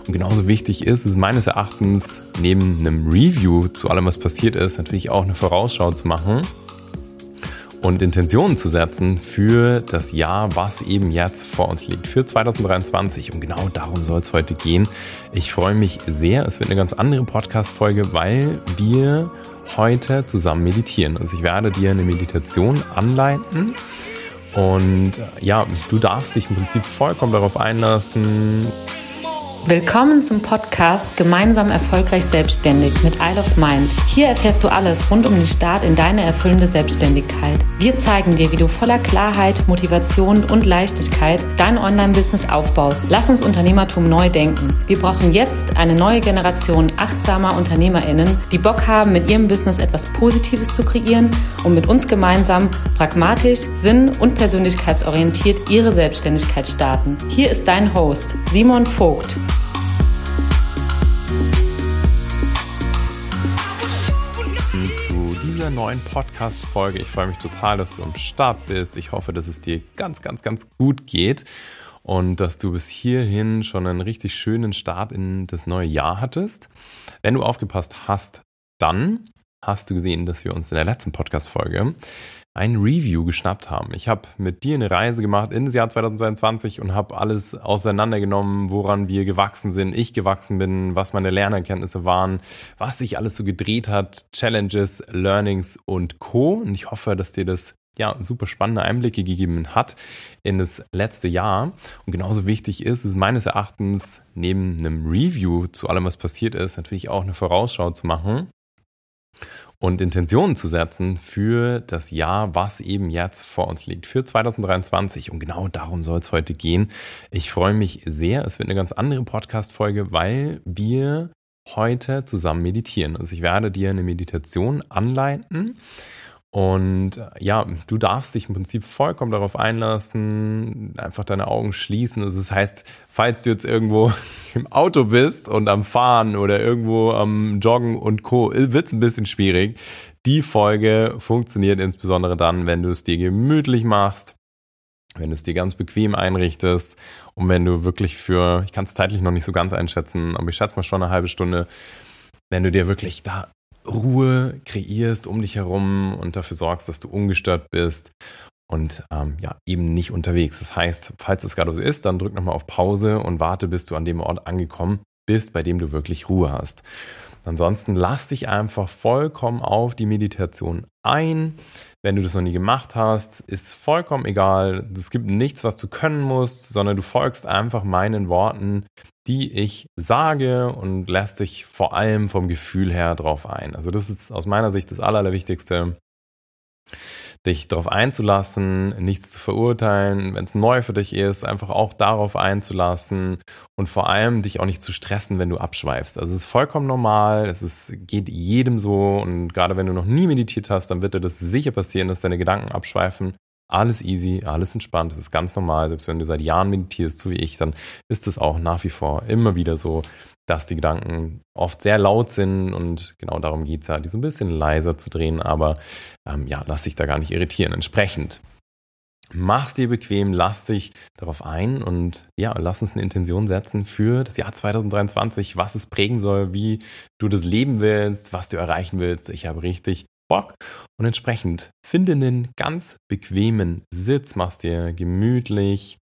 Und genauso wichtig ist meines Erachtens, neben einem Review zu allem, was passiert ist, natürlich auch eine Vorausschau zu machen und Intentionen zu setzen für das Jahr, was eben jetzt vor uns liegt, für 2023. Und genau darum soll es heute gehen. Ich freue mich sehr. Es wird eine ganz andere Podcast-Folge, weil wir heute zusammen meditieren. Also ich werde dir eine Meditation anleiten. Und ja, du darfst dich im Prinzip vollkommen darauf einlassen. Willkommen zum Podcast Gemeinsam erfolgreich selbstständig mit Isle of Mind. Hier erfährst du alles rund um den Start in deine erfüllende Selbstständigkeit. Wir zeigen dir, wie du voller Klarheit, Motivation und Leichtigkeit dein Online-Business aufbaust. Lass uns Unternehmertum neu denken. Wir brauchen jetzt eine neue Generation achtsamer UnternehmerInnen, die Bock haben, mit ihrem Business etwas Positives zu kreieren und mit uns gemeinsam pragmatisch, sinn- und persönlichkeitsorientiert ihre Selbstständigkeit starten. Hier ist dein Host, Simon Vogt. Zu dieser neuen Podcast-Folge. Ich freue mich total, dass du am Start bist. Ich hoffe, dass es dir ganz gut geht und dass du bis hierhin schon einen richtig schönen Start in das neue Jahr hattest. Wenn du aufgepasst hast, dann hast du gesehen, dass wir uns in der letzten Podcast-Folge ein Review geschnappt haben. Ich habe mit dir eine Reise gemacht in das Jahr 2022 und habe alles auseinandergenommen, woran wir gewachsen sind, ich gewachsen bin, was meine Lernerkenntnisse waren, was sich alles so gedreht hat, Challenges, Learnings und Co. Und ich hoffe, dass dir das super spannende Einblicke gegeben hat in das letzte Jahr. Und genauso wichtig ist meines Erachtens, neben einem Review zu allem, was passiert ist, natürlich auch eine Vorausschau zu machen und Intentionen zu setzen für das Jahr, was eben jetzt vor uns liegt, für 2023. Und genau darum soll es heute gehen. Ich freue mich sehr. Es wird eine ganz andere Podcast-Folge, weil wir heute zusammen meditieren. Also ich werde dir eine Meditation anleiten. Und ja, du darfst dich im Prinzip vollkommen darauf einlassen, einfach deine Augen schließen. Also das heißt, falls du jetzt irgendwo im Auto bist und am Fahren oder irgendwo am Joggen und Co., wird es ein bisschen schwierig. Die Folge funktioniert insbesondere dann, wenn du es dir gemütlich machst, wenn du es dir ganz bequem einrichtest und wenn du wirklich ich kann es zeitlich noch nicht so ganz einschätzen, aber ich schätze mal schon eine halbe Stunde, wenn du dir wirklich da Ruhe kreierst um dich herum und dafür sorgst, dass du ungestört bist und eben nicht unterwegs. Das heißt, falls es gerade so ist, dann drück nochmal auf Pause und warte, bis du an dem Ort angekommen bist, bei dem du wirklich Ruhe hast. Ansonsten lass dich einfach vollkommen auf die Meditation ein. Wenn du das noch nie gemacht hast, ist vollkommen egal. Es gibt nichts, was du können musst, sondern du folgst einfach meinen Worten, die ich sage und lässt dich vor allem vom Gefühl her drauf ein. Also das ist aus meiner Sicht das Allerwichtigste, dich darauf einzulassen, nichts zu verurteilen, wenn es neu für dich ist, einfach auch darauf einzulassen und vor allem dich auch nicht zu stressen, wenn du abschweifst. Also es ist vollkommen normal, geht jedem so und gerade wenn du noch nie meditiert hast, dann wird dir das sicher passieren, dass deine Gedanken abschweifen. Alles easy, alles entspannt, das ist ganz normal. Selbst wenn du seit Jahren meditierst, so wie ich, dann ist es auch nach wie vor immer wieder so, dass die Gedanken oft sehr laut sind und genau darum geht es ja, die so ein bisschen leiser zu drehen, aber lass dich da gar nicht irritieren. Entsprechend, mach's dir bequem, lass dich darauf ein und lass uns eine Intention setzen für das Jahr 2023, was es prägen soll, wie du das leben willst, was du erreichen willst. Ich habe richtig Bock und entsprechend finde einen ganz bequemen Sitz, mach's dir gemütlich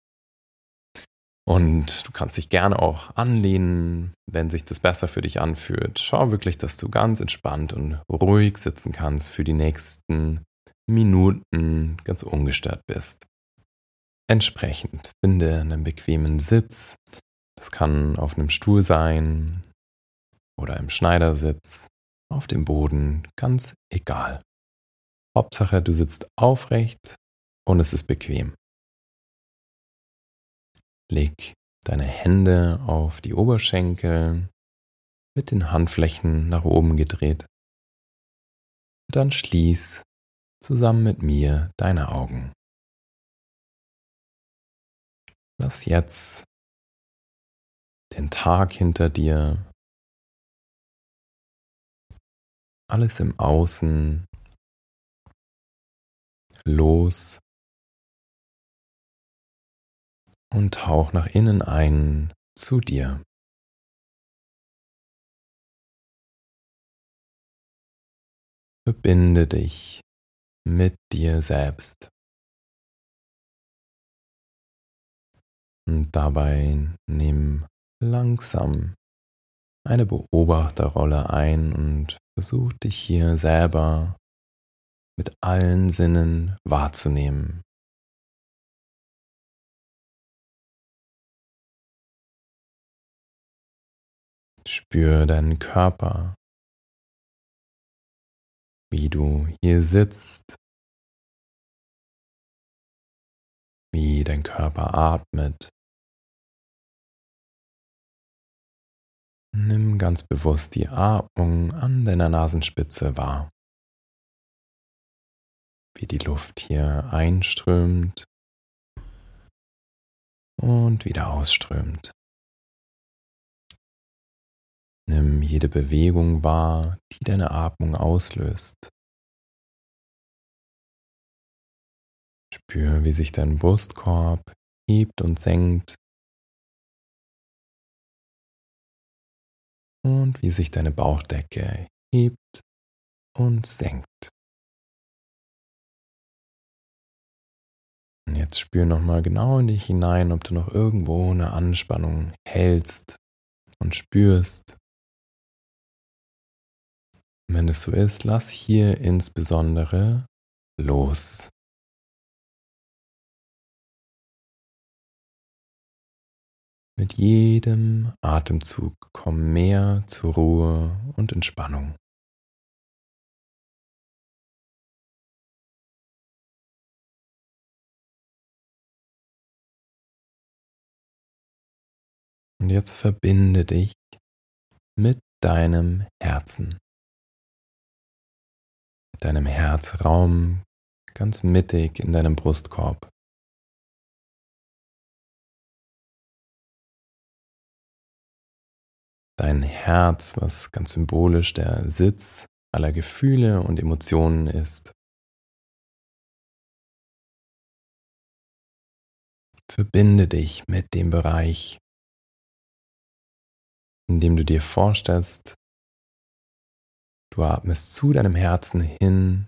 und du kannst dich gerne auch anlehnen, wenn sich das besser für dich anfühlt. Schau wirklich, dass du ganz entspannt und ruhig sitzen kannst für die nächsten Minuten, ganz ungestört bist. Entsprechend finde einen bequemen Sitz. Das kann auf einem Stuhl sein oder im Schneidersitz, auf dem Boden, ganz egal. Hauptsache, du sitzt aufrecht und es ist bequem. Leg deine Hände auf die Oberschenkel mit den Handflächen nach oben gedreht. Dann schließ zusammen mit mir deine Augen. Lass jetzt den Tag hinter dir. Alles im Außen los und tauch nach innen ein zu dir. Verbinde dich mit dir selbst. Und dabei nimm langsam eine Beobachterrolle ein und versuch dich hier selber mit allen Sinnen wahrzunehmen. Spür deinen Körper, wie du hier sitzt, wie dein Körper atmet. Nimm ganz bewusst die Atmung an deiner Nasenspitze wahr, wie die Luft hier einströmt und wieder ausströmt. Nimm jede Bewegung wahr, die deine Atmung auslöst. Spür, wie sich dein Brustkorb hebt und senkt und wie sich deine Bauchdecke hebt und senkt. Und jetzt spür nochmal genau in dich hinein, ob du noch irgendwo eine Anspannung hältst und spürst. Und wenn es so ist, lass hier insbesondere los. Mit jedem Atemzug komm mehr zur Ruhe und Entspannung. Und jetzt verbinde dich mit deinem Herzen, mit deinem Herzraum ganz mittig in deinem Brustkorb. Dein Herz, was ganz symbolisch der Sitz aller Gefühle und Emotionen ist. Verbinde dich mit dem Bereich, in dem du dir vorstellst, du atmest zu deinem Herzen hin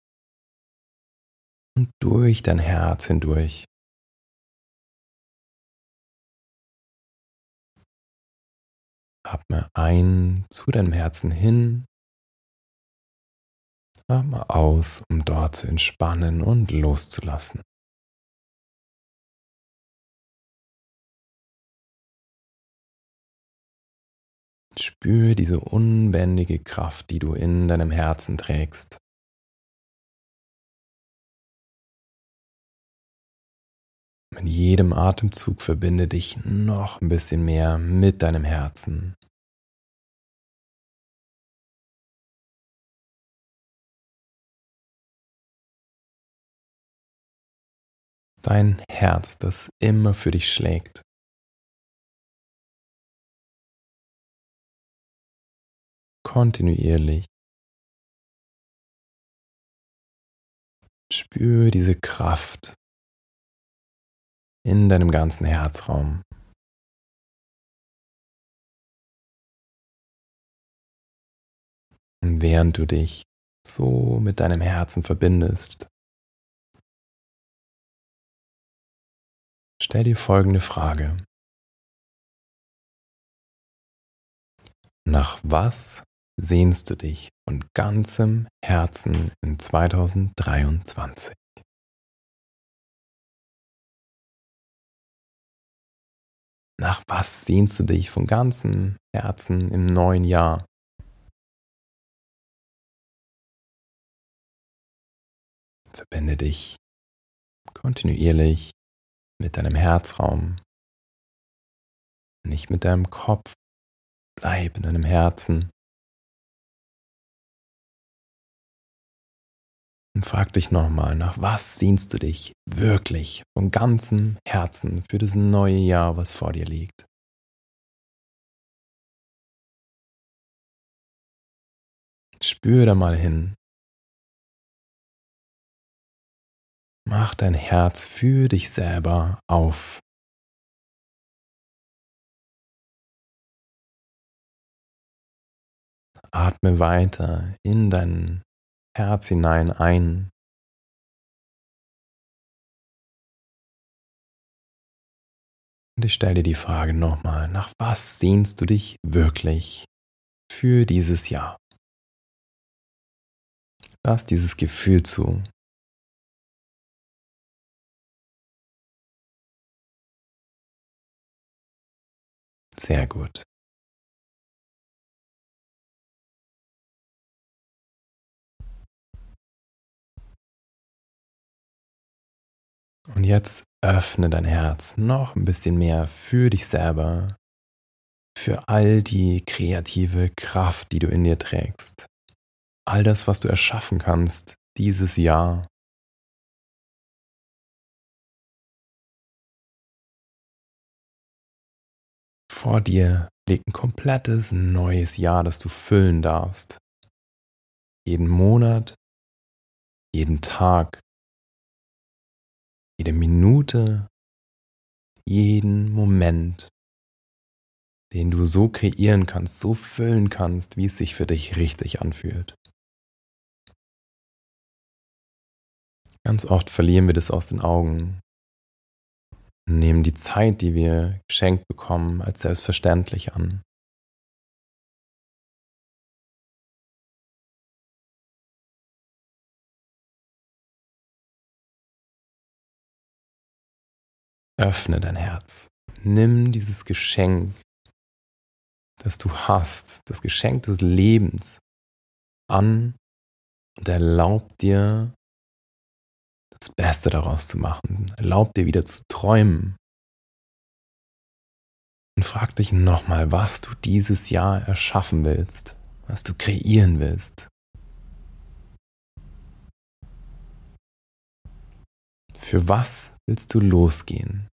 und durch dein Herz hindurch. Atme ein zu deinem Herzen hin, atme aus, um dort zu entspannen und loszulassen. Spür diese unbändige Kraft, die du in deinem Herzen trägst. Mit jedem Atemzug verbinde dich noch ein bisschen mehr mit deinem Herzen. Dein Herz, das immer für dich schlägt. Kontinuierlich. Spür diese Kraft in deinem ganzen Herzraum. Und während du dich so mit deinem Herzen verbindest, stell dir folgende Frage. Nach was sehnst du dich von ganzem Herzen in 2023? Nach was sehnst du dich von ganzem Herzen im neuen Jahr? Verbinde dich kontinuierlich mit deinem Herzraum, nicht mit deinem Kopf. Bleib in deinem Herzen und frag dich nochmal, nach was sehnst du dich wirklich von ganzem Herzen für das neue Jahr, was vor dir liegt? Spür da mal hin. Mach dein Herz für dich selber auf. Atme weiter in deinen Herz hinein ein. Und ich stelle dir die Frage nochmal, nach was sehnst du dich wirklich für dieses Jahr? Lass dieses Gefühl zu. Sehr gut. Und jetzt öffne dein Herz noch ein bisschen mehr für dich selber, für all die kreative Kraft, die du in dir trägst. All das, was du erschaffen kannst dieses Jahr. Vor dir liegt ein komplettes neues Jahr, das du füllen darfst. Jeden Monat, jeden Tag, jede Minute, jeden Moment, den du so kreieren kannst, so füllen kannst, wie es sich für dich richtig anfühlt. Ganz oft verlieren wir das aus den Augen, nehmen die Zeit, die wir geschenkt bekommen, als selbstverständlich an. Öffne dein Herz. Nimm dieses Geschenk, das du hast, das Geschenk des Lebens an und erlaub dir, das Beste daraus zu machen. Erlaub dir wieder zu träumen. Und frag dich nochmal, was du dieses Jahr erschaffen willst, was du kreieren willst. Für was willst du losgehen?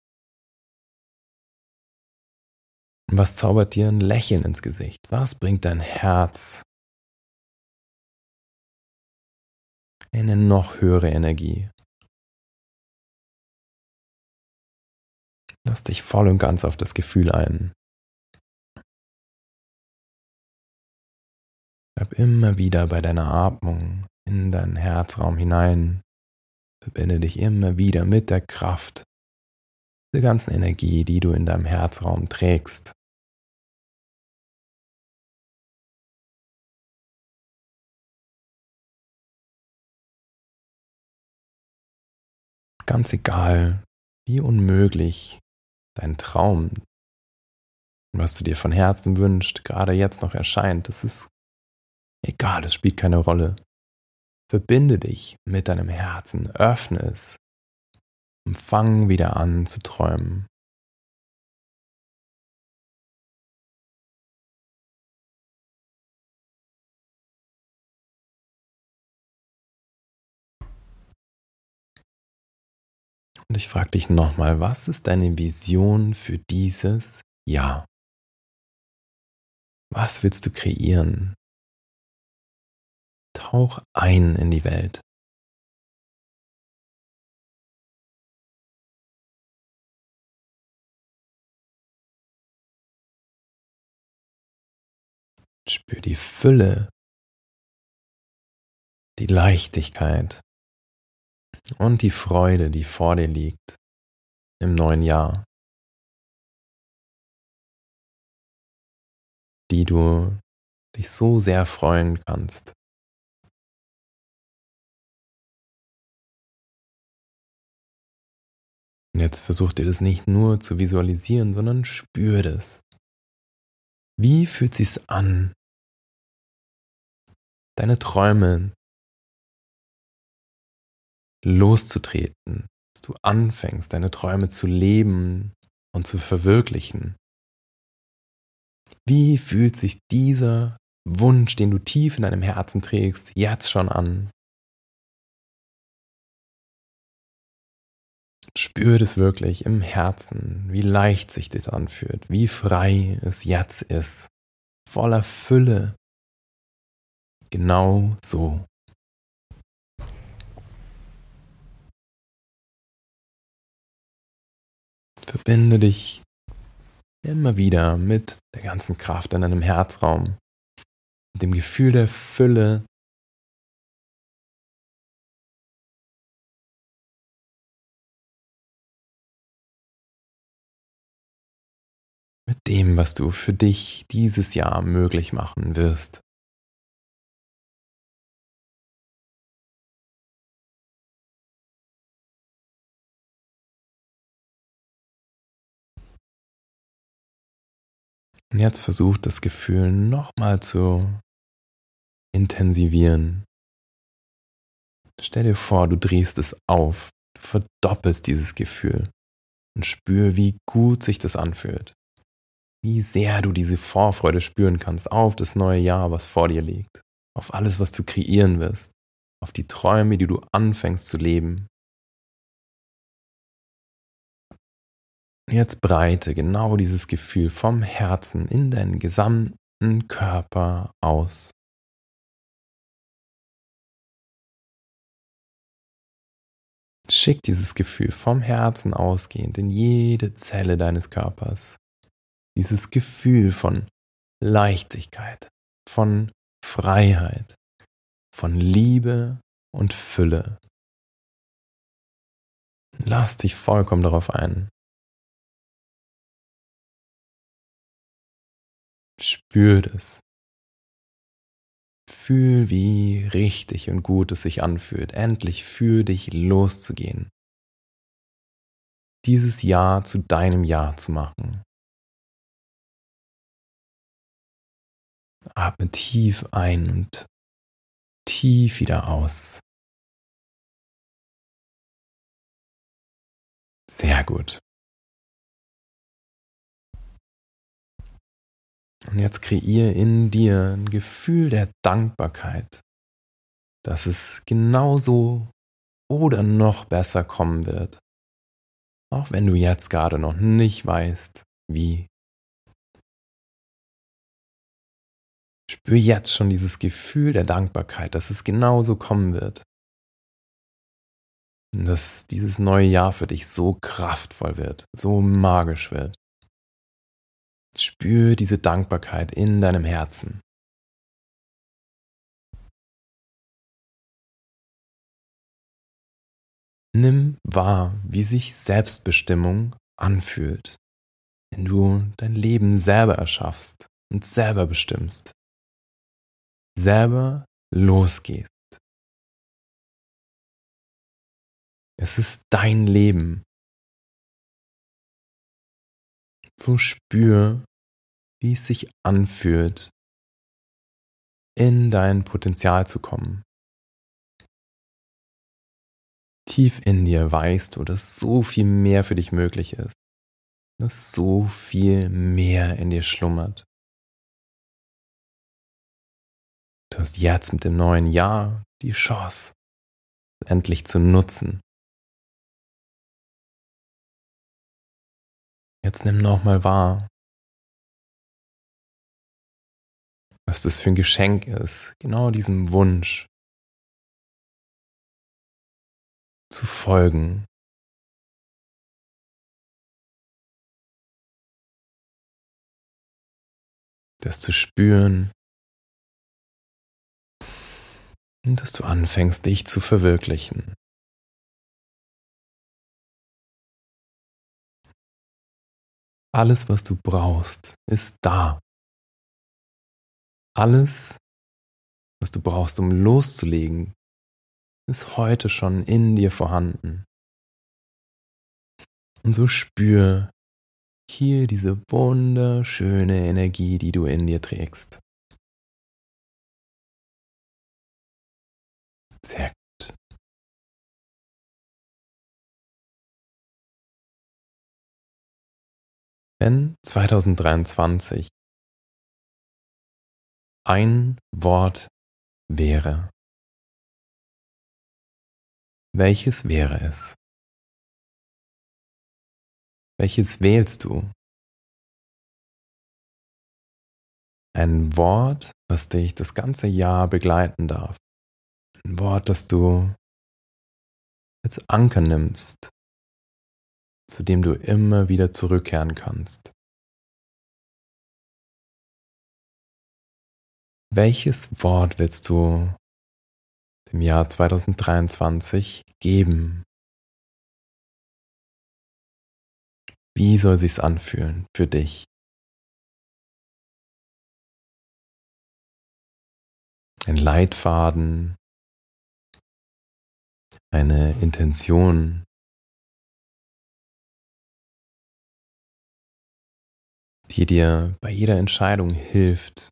Und was zaubert dir ein Lächeln ins Gesicht? Was bringt dein Herz in eine noch höhere Energie? Lass dich voll und ganz auf das Gefühl ein. Bleib immer wieder bei deiner Atmung in deinen Herzraum hinein. Verbinde dich immer wieder mit der Kraft, der ganzen Energie, die du in deinem Herzraum trägst. Ganz egal, wie unmöglich dein Traum, was du dir von Herzen wünschst, gerade jetzt noch erscheint, das ist egal, es spielt keine Rolle. Verbinde dich mit deinem Herzen, öffne es und fang wieder an zu träumen. Und ich frage dich nochmal, was ist deine Vision für dieses Jahr? Was willst du kreieren? Tauch ein in die Welt. Spür die Fülle, die Leichtigkeit und die Freude, die vor dir liegt im neuen Jahr, die du dich so sehr freuen kannst. Und jetzt versuch dir das nicht nur zu visualisieren, sondern spür das. Wie fühlt sich's an, deine Träume loszutreten, dass du anfängst, deine Träume zu leben und zu verwirklichen? Wie fühlt sich dieser Wunsch, den du tief in deinem Herzen trägst, jetzt schon an? Spür das wirklich im Herzen, wie leicht sich das anfühlt, wie frei es jetzt ist, voller Fülle. Genau so. Verbinde dich immer wieder mit der ganzen Kraft in deinem Herzraum, mit dem Gefühl der Fülle, dem, was du für dich dieses Jahr möglich machen wirst. Und jetzt versuch das Gefühl nochmal zu intensivieren. Stell dir vor, du drehst es auf, du verdoppelst dieses Gefühl und spür, wie gut sich das anfühlt. Wie sehr du diese Vorfreude spüren kannst auf das neue Jahr, was vor dir liegt. Auf alles, was du kreieren wirst. Auf die Träume, die du anfängst zu leben. Jetzt breite genau dieses Gefühl vom Herzen in deinen gesamten Körper aus. Schick dieses Gefühl vom Herzen ausgehend in jede Zelle deines Körpers. Dieses Gefühl von Leichtigkeit, von Freiheit, von Liebe und Fülle. Lass dich vollkommen darauf ein. Spür das. Fühl, wie richtig und gut es sich anfühlt, endlich für dich loszugehen. Dieses Jahr zu deinem Jahr zu machen. Atme tief ein und tief wieder aus. Sehr gut. Und jetzt kreiere in dir ein Gefühl der Dankbarkeit, dass es genauso oder noch besser kommen wird. Auch wenn du jetzt gerade noch nicht weißt, wie. Spür jetzt schon dieses Gefühl der Dankbarkeit, dass es genauso kommen wird. Und dass dieses neue Jahr für dich so kraftvoll wird, so magisch wird. Spür diese Dankbarkeit in deinem Herzen. Nimm wahr, wie sich Selbstbestimmung anfühlt, wenn du dein Leben selber erschaffst und selber bestimmst. Selber losgehst. Es ist dein Leben. So spür, wie es sich anfühlt, in dein Potenzial zu kommen. Tief in dir weißt du, dass so viel mehr für dich möglich ist. Dass so viel mehr in dir schlummert. Du hast jetzt mit dem neuen Jahr die Chance, endlich zu nutzen. Jetzt nimm nochmal wahr, was das für ein Geschenk ist, genau diesem Wunsch zu folgen. Das zu spüren und dass du anfängst, dich zu verwirklichen. Alles, was du brauchst, ist da. Alles, was du brauchst, um loszulegen, ist heute schon in dir vorhanden. Und so spür hier diese wunderschöne Energie, die du in dir trägst. Sehr gut. Wenn 2023 ein Wort wäre, welches wäre es? Welches wählst du? Ein Wort, das dich das ganze Jahr begleiten darf. Ein Wort, das du als Anker nimmst, zu dem du immer wieder zurückkehren kannst. Welches Wort willst du dem Jahr 2023 geben? Wie soll sich's anfühlen für dich? ein Leitfaden, eine Intention, die dir bei jeder Entscheidung hilft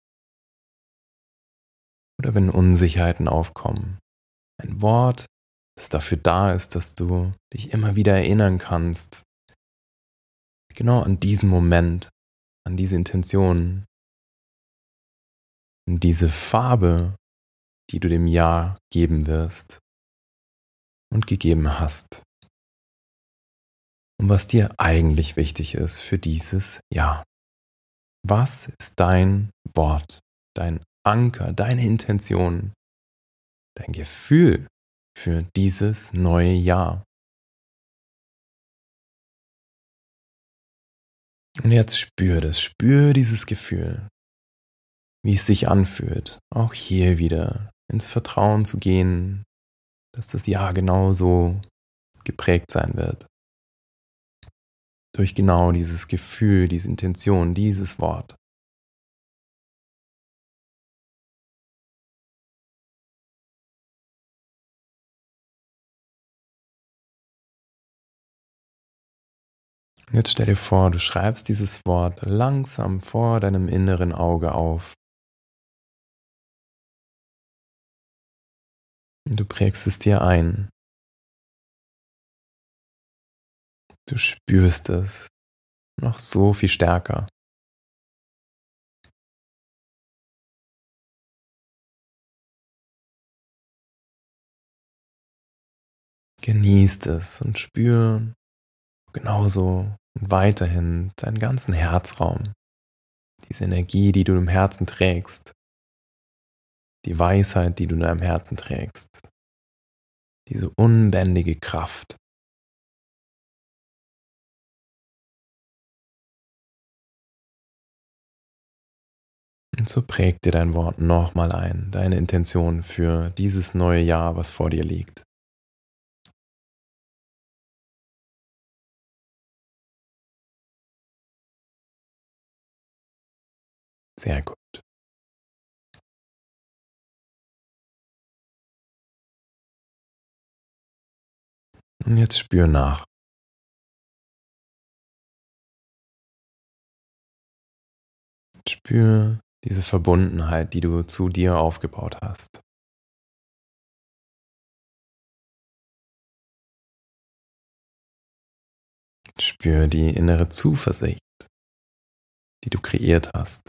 oder wenn Unsicherheiten aufkommen. Ein Wort, das dafür da ist, dass du dich immer wieder erinnern kannst, genau an diesen Moment, an diese Intention, an diese Farbe, die du dem Ja geben wirst und gegeben hast. Und was dir eigentlich wichtig ist für dieses Ja. Was ist dein Wort, dein Anker, deine Intention, dein Gefühl für dieses neue Jahr? Und jetzt spür dieses Gefühl, wie es sich anfühlt, auch hier wieder ins Vertrauen zu gehen, dass das Jahr genauso geprägt sein wird. Durch genau dieses Gefühl, diese Intention, dieses Wort. Jetzt stell dir vor, du schreibst dieses Wort langsam vor deinem inneren Auge auf. Du prägst es dir ein. Du spürst es noch so viel stärker. Genießt es und spür genauso und weiterhin deinen ganzen Herzraum. Diese Energie, die du im Herzen trägst. Die Weisheit, die du in deinem Herzen trägst. Diese unbändige Kraft. Und so prägt dir dein Wort nochmal ein, deine Intention für dieses neue Jahr, was vor dir liegt. Sehr gut. Und jetzt spür nach. Spür diese Verbundenheit, die du zu dir aufgebaut hast. Spür die innere Zuversicht, die du kreiert hast.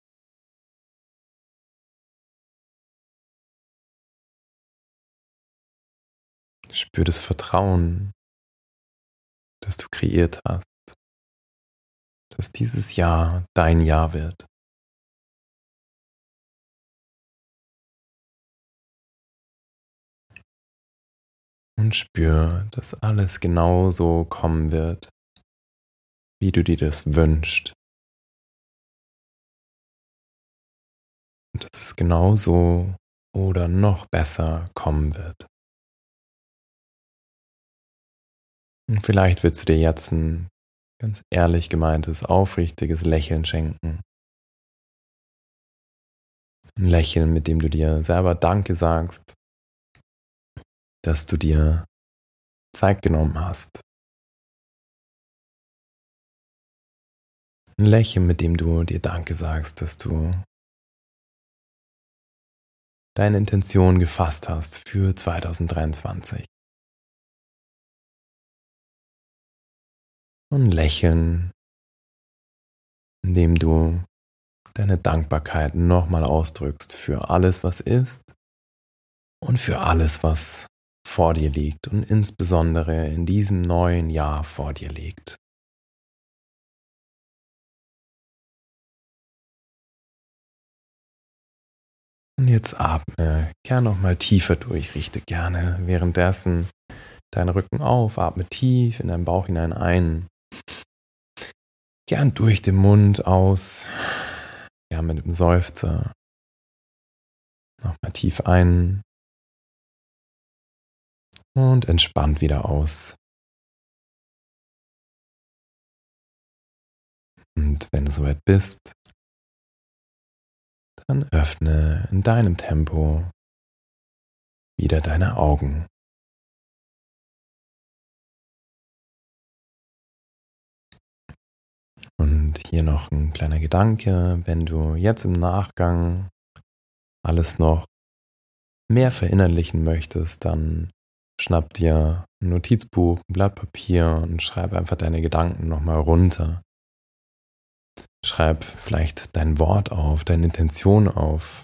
Spür das Vertrauen, das du kreiert hast, dass dieses Jahr dein Jahr wird. Und spür, dass alles genauso kommen wird, wie du dir das wünschst. Und dass es genauso oder noch besser kommen wird. Und vielleicht willst du dir jetzt ein ganz ehrlich gemeintes, aufrichtiges Lächeln schenken. Ein Lächeln, mit dem du dir selber Danke sagst, dass du dir Zeit genommen hast. Ein Lächeln, mit dem du dir Danke sagst, dass du deine Intention gefasst hast für 2023. Und ein Lächeln, in dem du deine Dankbarkeit nochmal ausdrückst für alles, was ist und für alles, was vor dir liegt und insbesondere in diesem neuen Jahr vor dir liegt. Und jetzt atme gern nochmal tiefer durch, richte gerne währenddessen deinen Rücken auf, atme tief in deinen Bauch hinein ein, gern durch den Mund aus, gern mit einem Seufzer, nochmal tief ein und entspannt wieder aus. Und wenn du soweit bist, dann öffne in deinem Tempo wieder deine Augen. Und hier noch ein kleiner Gedanke, wenn du jetzt im Nachgang alles noch mehr verinnerlichen möchtest, dann schnapp dir ein Notizbuch, ein Blatt Papier und schreib einfach deine Gedanken nochmal runter. Schreib vielleicht dein Wort auf, deine Intention auf.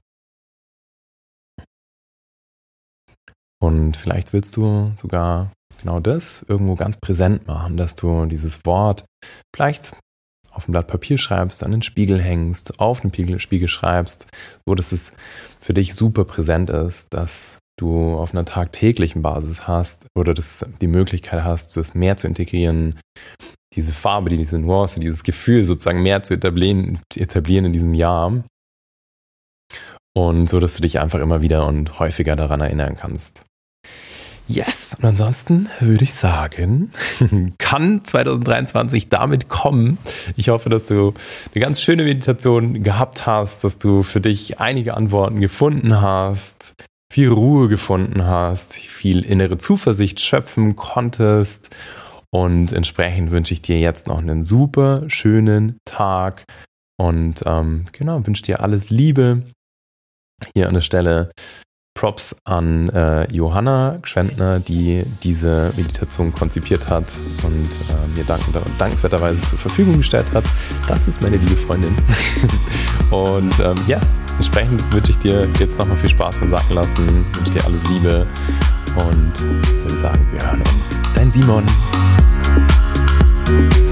Und vielleicht willst du sogar genau das irgendwo ganz präsent machen, dass du dieses Wort vielleicht auf ein Blatt Papier schreibst, an den Spiegel hängst, auf den Spiegel schreibst, so dass es für dich super präsent ist, dass du auf einer tagtäglichen Basis hast oder die Möglichkeit hast, das mehr zu integrieren, diese Farbe, diese Nuance, dieses Gefühl sozusagen mehr zu etablieren in diesem Jahr. Und so, dass du dich einfach immer wieder und häufiger daran erinnern kannst. Yes, und ansonsten würde ich sagen, kann 2023 damit kommen. Ich hoffe, dass du eine ganz schöne Meditation gehabt hast, dass du für dich einige Antworten gefunden hast, viel Ruhe gefunden hast, viel innere Zuversicht schöpfen konntest. Und entsprechend wünsche ich dir jetzt noch einen super schönen Tag und wünsche dir alles Liebe. Hier an der Stelle Props an Johanna Gschwendner, die diese Meditation konzipiert hat und mir dankenswerterweise zur Verfügung gestellt hat. Das ist meine liebe Freundin. Und entsprechend wünsche ich dir jetzt nochmal viel Spaß vom Sacken lassen, wünsche dir alles Liebe und würde sagen, wir hören uns. Dein Simon.